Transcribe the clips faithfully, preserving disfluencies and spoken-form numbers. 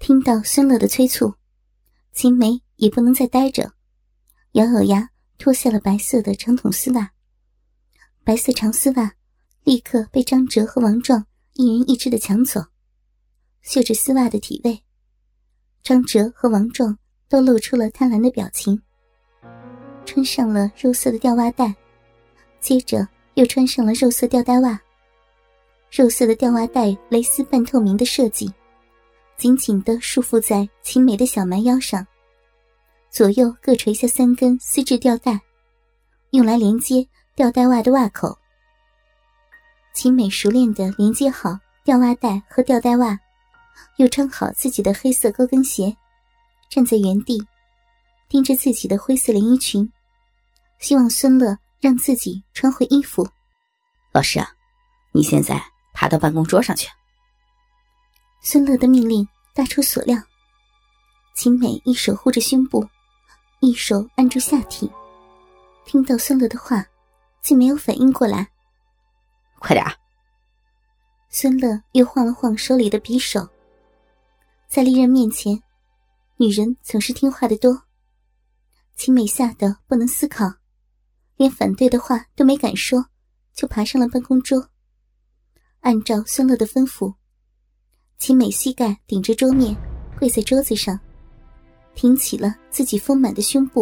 听到孙乐的催促，秦梅也不能再待着，咬咬牙脱下了白色的长筒丝袜。白色长丝袜立刻被张哲和王壮一人一只的抢走，嗅着丝袜的体味，张哲和王壮都露出了贪婪的表情。穿上了肉色的吊袜带，接着又穿上了肉色吊带袜。肉色的吊袜带蕾丝半透明的设计，紧紧地束缚在秦美的小蛮腰上，左右各垂下三根丝质吊带，用来连接吊带袜的袜口。秦美熟练地连接好吊袜带和吊带袜，又穿好自己的黑色高跟鞋，站在原地盯着自己的灰色连衣裙，希望孙乐让自己穿回衣服。 老师啊，你现在爬到办公桌上去。 孙乐的命令大出所料，秦美一手护着胸部，一手按住下体，听到孙乐的话竟没有反应过来。 快点儿！ 孙乐又晃了晃手里的匕首。在利刃面前，女人总是听话的多。秦美吓得不能思考，连反对的话都没敢说，就爬上了办公桌。按照孙乐的吩咐，秦美膝盖顶着桌面，跪在桌子上，挺起了自己丰满的胸部。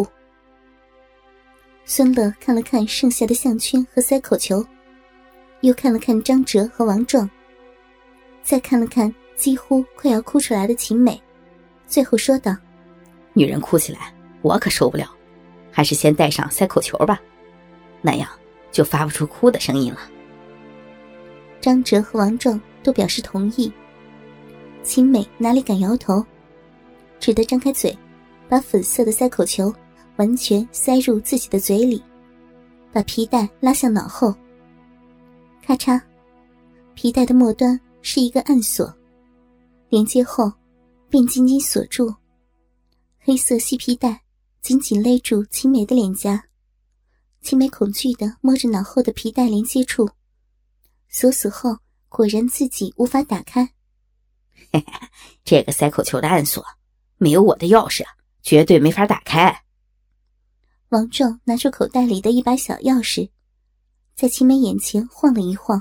孙乐看了看剩下的项圈和塞口球，又看了看张哲和王壮，再看了看几乎快要哭出来的秦美，最后说道： 女人哭起来我可受不了，还是先戴上塞口球吧，那样就发不出哭的声音了。 张哲和王壮都表示同意，秦美哪里敢摇头，只得张开嘴，把粉色的塞口球完全塞入自己的嘴里，把皮带拉向脑后。咔嚓，皮带的末端是一个暗锁，连接后便紧紧锁住，黑色细皮带紧紧勒住秦美的脸颊。秦美恐惧地摸着脑后的皮带连接处，锁死后果然自己无法打开。 嘿嘿，这个塞口球的暗锁没有我的钥匙绝对没法打开。 王壮拿出口袋里的一把小钥匙，在秦美眼前晃了一晃。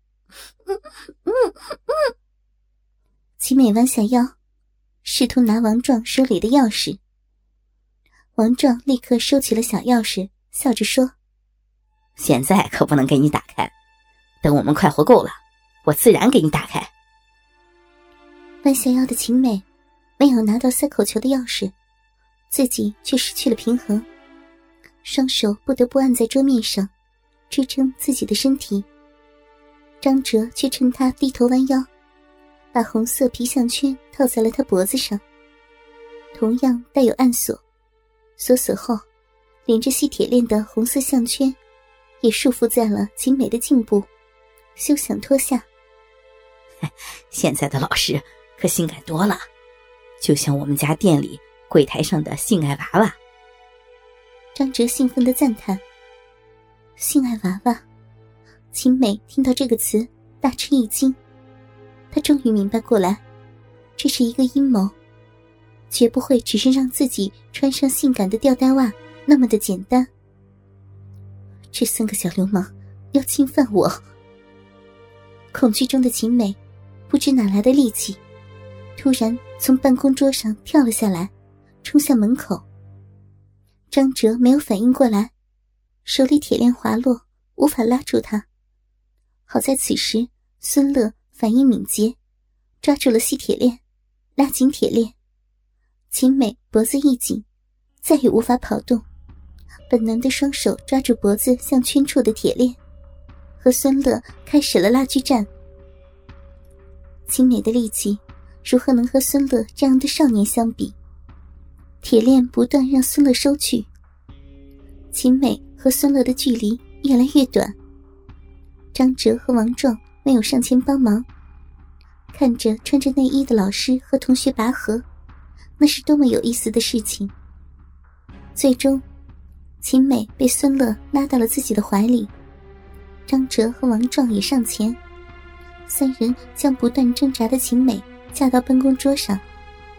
秦美弯下腰，试图拿王壮手里的钥匙。王壮立刻收起了小钥匙，笑着说： 现在可不能给你打开，等我们快活够了，我自然给你打开。 弯下腰的秦美没有拿到塞口球的钥匙，自己却失去了平衡，双手不得不按在桌面上支撑自己的身体。张哲却趁他低头弯腰，把红色皮项圈套在了他脖子上，同样带有暗锁，锁死后连着细铁链的红色项圈也束缚在了秦美的颈部，休想脱下。 现在的老师可性感多了，就像我们家店里柜台上的性爱娃娃。 张哲兴奋地赞叹。性爱娃娃，秦美听到这个词大吃一惊，她终于明白过来，这是一个阴谋，绝不会只是让自己穿上性感的吊带袜那么的简单。这三个小流氓要侵犯我。恐惧中的秦美不知哪来的力气，突然从办公桌上跳了下来，冲向门口。张哲没有反应过来，手里铁链滑落，无法拉住他。好在此时孙乐反应敏捷，抓住了细铁链，拉紧铁链。秦美脖子一紧，再也无法跑动，本能的双手抓住脖子项圈处的铁链，和孙乐开始了拉锯战。秦美的力气如何能和孙乐这样的少年相比？铁链不断让孙乐收去，秦美和孙乐的距离越来越短。张哲和王壮没有上前帮忙，看着穿着内衣的老师和同学拔河，那是多么有意思的事情。最终秦美被孙乐拉到了自己的怀里，张哲和王壮也上前，三人将不断挣扎的秦美架到办公桌上，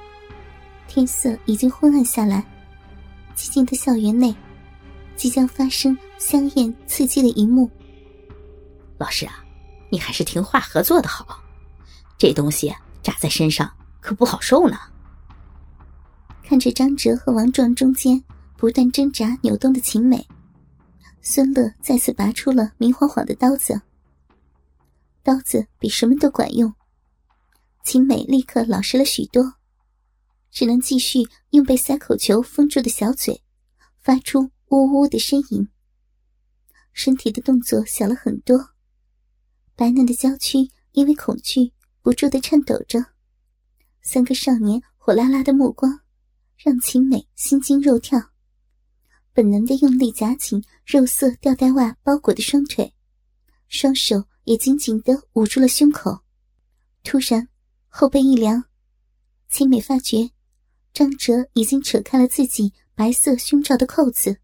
天色已经昏暗下来，寂静的校园内即将发生香艳刺激的一幕。 老师啊，你还是听话合作的好，这东西扎在身上可不好受呢。 看着张哲和王壮中间不断挣扎扭动的秦美，孙乐再次拔出了明晃晃的刀子。刀子比什么都管用，秦美立刻老实了许多，只能继续用被塞口球封住的小嘴发出呜呜的呻吟，身体的动作小了很多，白嫩的娇躯因为恐惧不住地颤抖着。三个少年火辣辣的目光让秦美心惊肉跳，本能地用力夹紧肉色吊带袜包裹的双腿，双手也紧紧地捂住了胸口。突然后背一凉，秦美发觉张哲已经扯开了自己白色胸罩的扣子。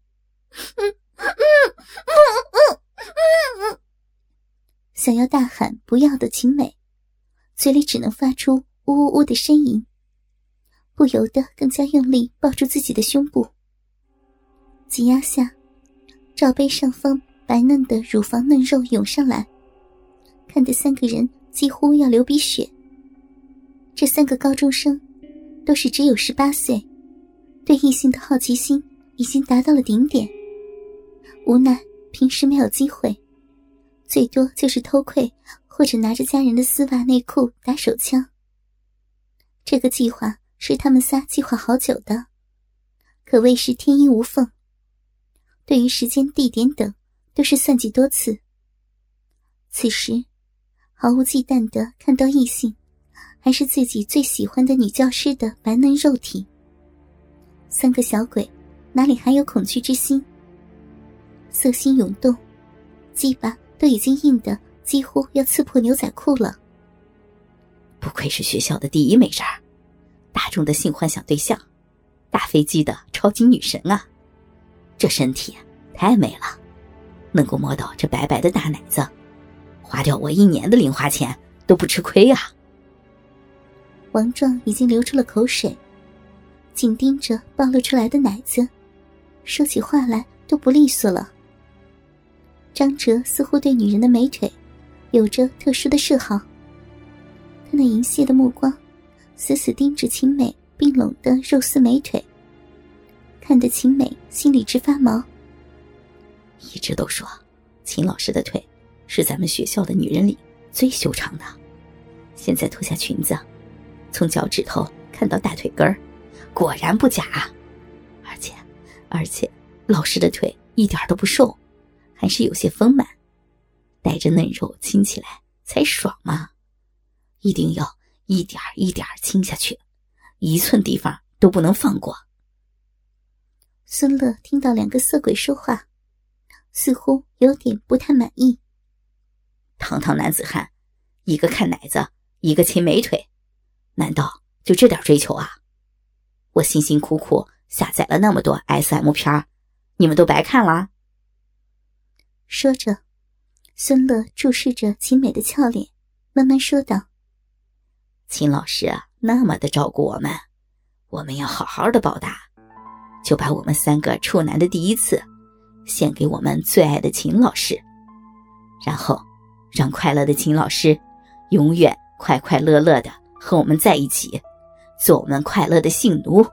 想要大喊不要的秦美，嘴里只能发出呜呜呜的呻吟，不由得更加用力抱住自己的胸部。挤压下，罩杯上方白嫩的乳房嫩肉涌上来，看得三个人几乎要流鼻血。这三个高中生都是只有十八岁，对异性的好奇心已经达到了顶点，无奈平时没有机会，最多就是偷窥或者拿着家人的丝袜内裤打手枪。这个计划是他们仨计划好久的，可谓是天衣无缝，对于时间地点等都是算计多次。此时毫无忌惮地看到异性还是自己最喜欢的女教师的白嫩肉体，三个小鬼哪里还有恐惧之心？色心涌动，鸡巴都已经硬得几乎要刺破牛仔裤了。 不愧是学校的第一美人，大众的性幻想对象，大飞机的超级女神啊！这身体太美了，能够摸到这白白的大奶子，花掉我一年的零花钱都不吃亏啊！ 王壮已经流出了口水，紧盯着暴露出来的奶子，说起话来都不利索了。张哲似乎对女人的美腿有着特殊的嗜好，他那淫亵的目光死死盯着秦美并拢的肉丝美腿，看得秦美心里直发毛。 一直都说秦老师的腿是咱们学校的女人里最修长的，现在脱下裙子，从脚趾头看到大腿根儿，果然不假。而且而且老师的腿一点都不瘦，还是有些丰满，带着嫩肉亲起来才爽嘛！一定要一点一点亲下去，一寸地方都不能放过。 孙乐听到两个色鬼说话，似乎有点不太满意。 堂堂男子汉，一个看奶子，一个亲美腿，难道就这点追求啊？我辛辛苦苦下载了那么多 S M 片，你们都白看了？ 说着，孙乐注视着秦美的俏脸，慢慢说道： 秦老师那么的照顾我们，我们要好好的报答，就把我们三个处男的第一次献给我们最爱的秦老师，然后让快乐的秦老师永远快快乐乐的和我们在一起，做我们快乐的性奴。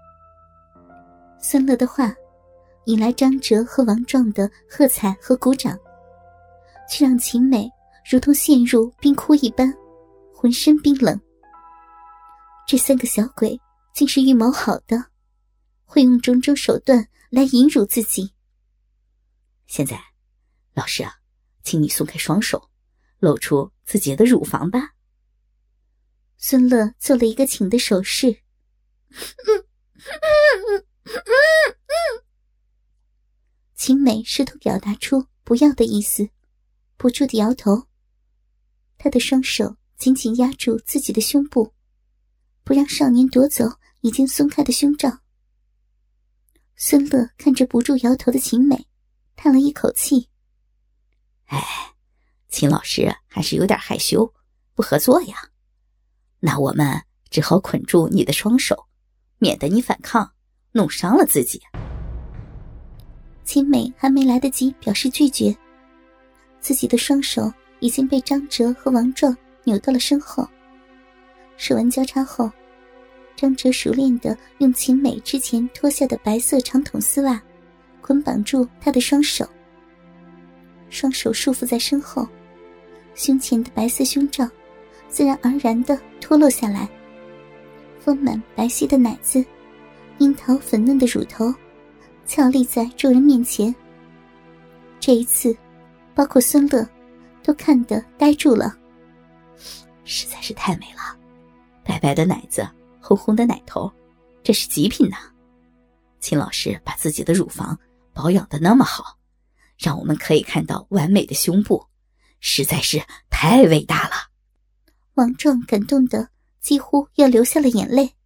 孙乐的话引来张哲和王壮的喝彩和鼓掌，却让秦美如同陷入冰窟一般，浑身冰冷。这三个小鬼竟是预谋好的，会用种种手段来引辱自己。 现在老师啊，请你松开双手，露出自己的乳房吧。 孙乐做了一个请的手势。秦美试图表达出不要的意思，不住地摇头。她的双手紧紧压住自己的胸部，不让少年夺走已经松开的胸罩。孙乐看着不住摇头的秦美，叹了一口气： 哎，秦老师还是有点害羞，不合作呀。那我们只好捆住你的双手， 免得你反抗，弄伤了自己。 秦美还没来得及表示拒绝，自己的双手已经被张哲和王壮扭到了身后。手腕交叉后，张哲熟练地用秦美之前脱下的白色长筒丝袜捆绑住她的双手，双手束缚在身后，胸前的白色胸罩自然而然地脱落下来，丰满白皙的奶子，樱桃粉嫩的乳头俏立在众人面前。这一次包括孙乐都看得呆住了。 实在是太美了，白白的奶子，红红的奶头，这是极品呐！秦老师把自己的乳房保养得那么好，让我们可以看到完美的胸部，实在是太伟大了。 王壮感动得几乎要流下了眼泪。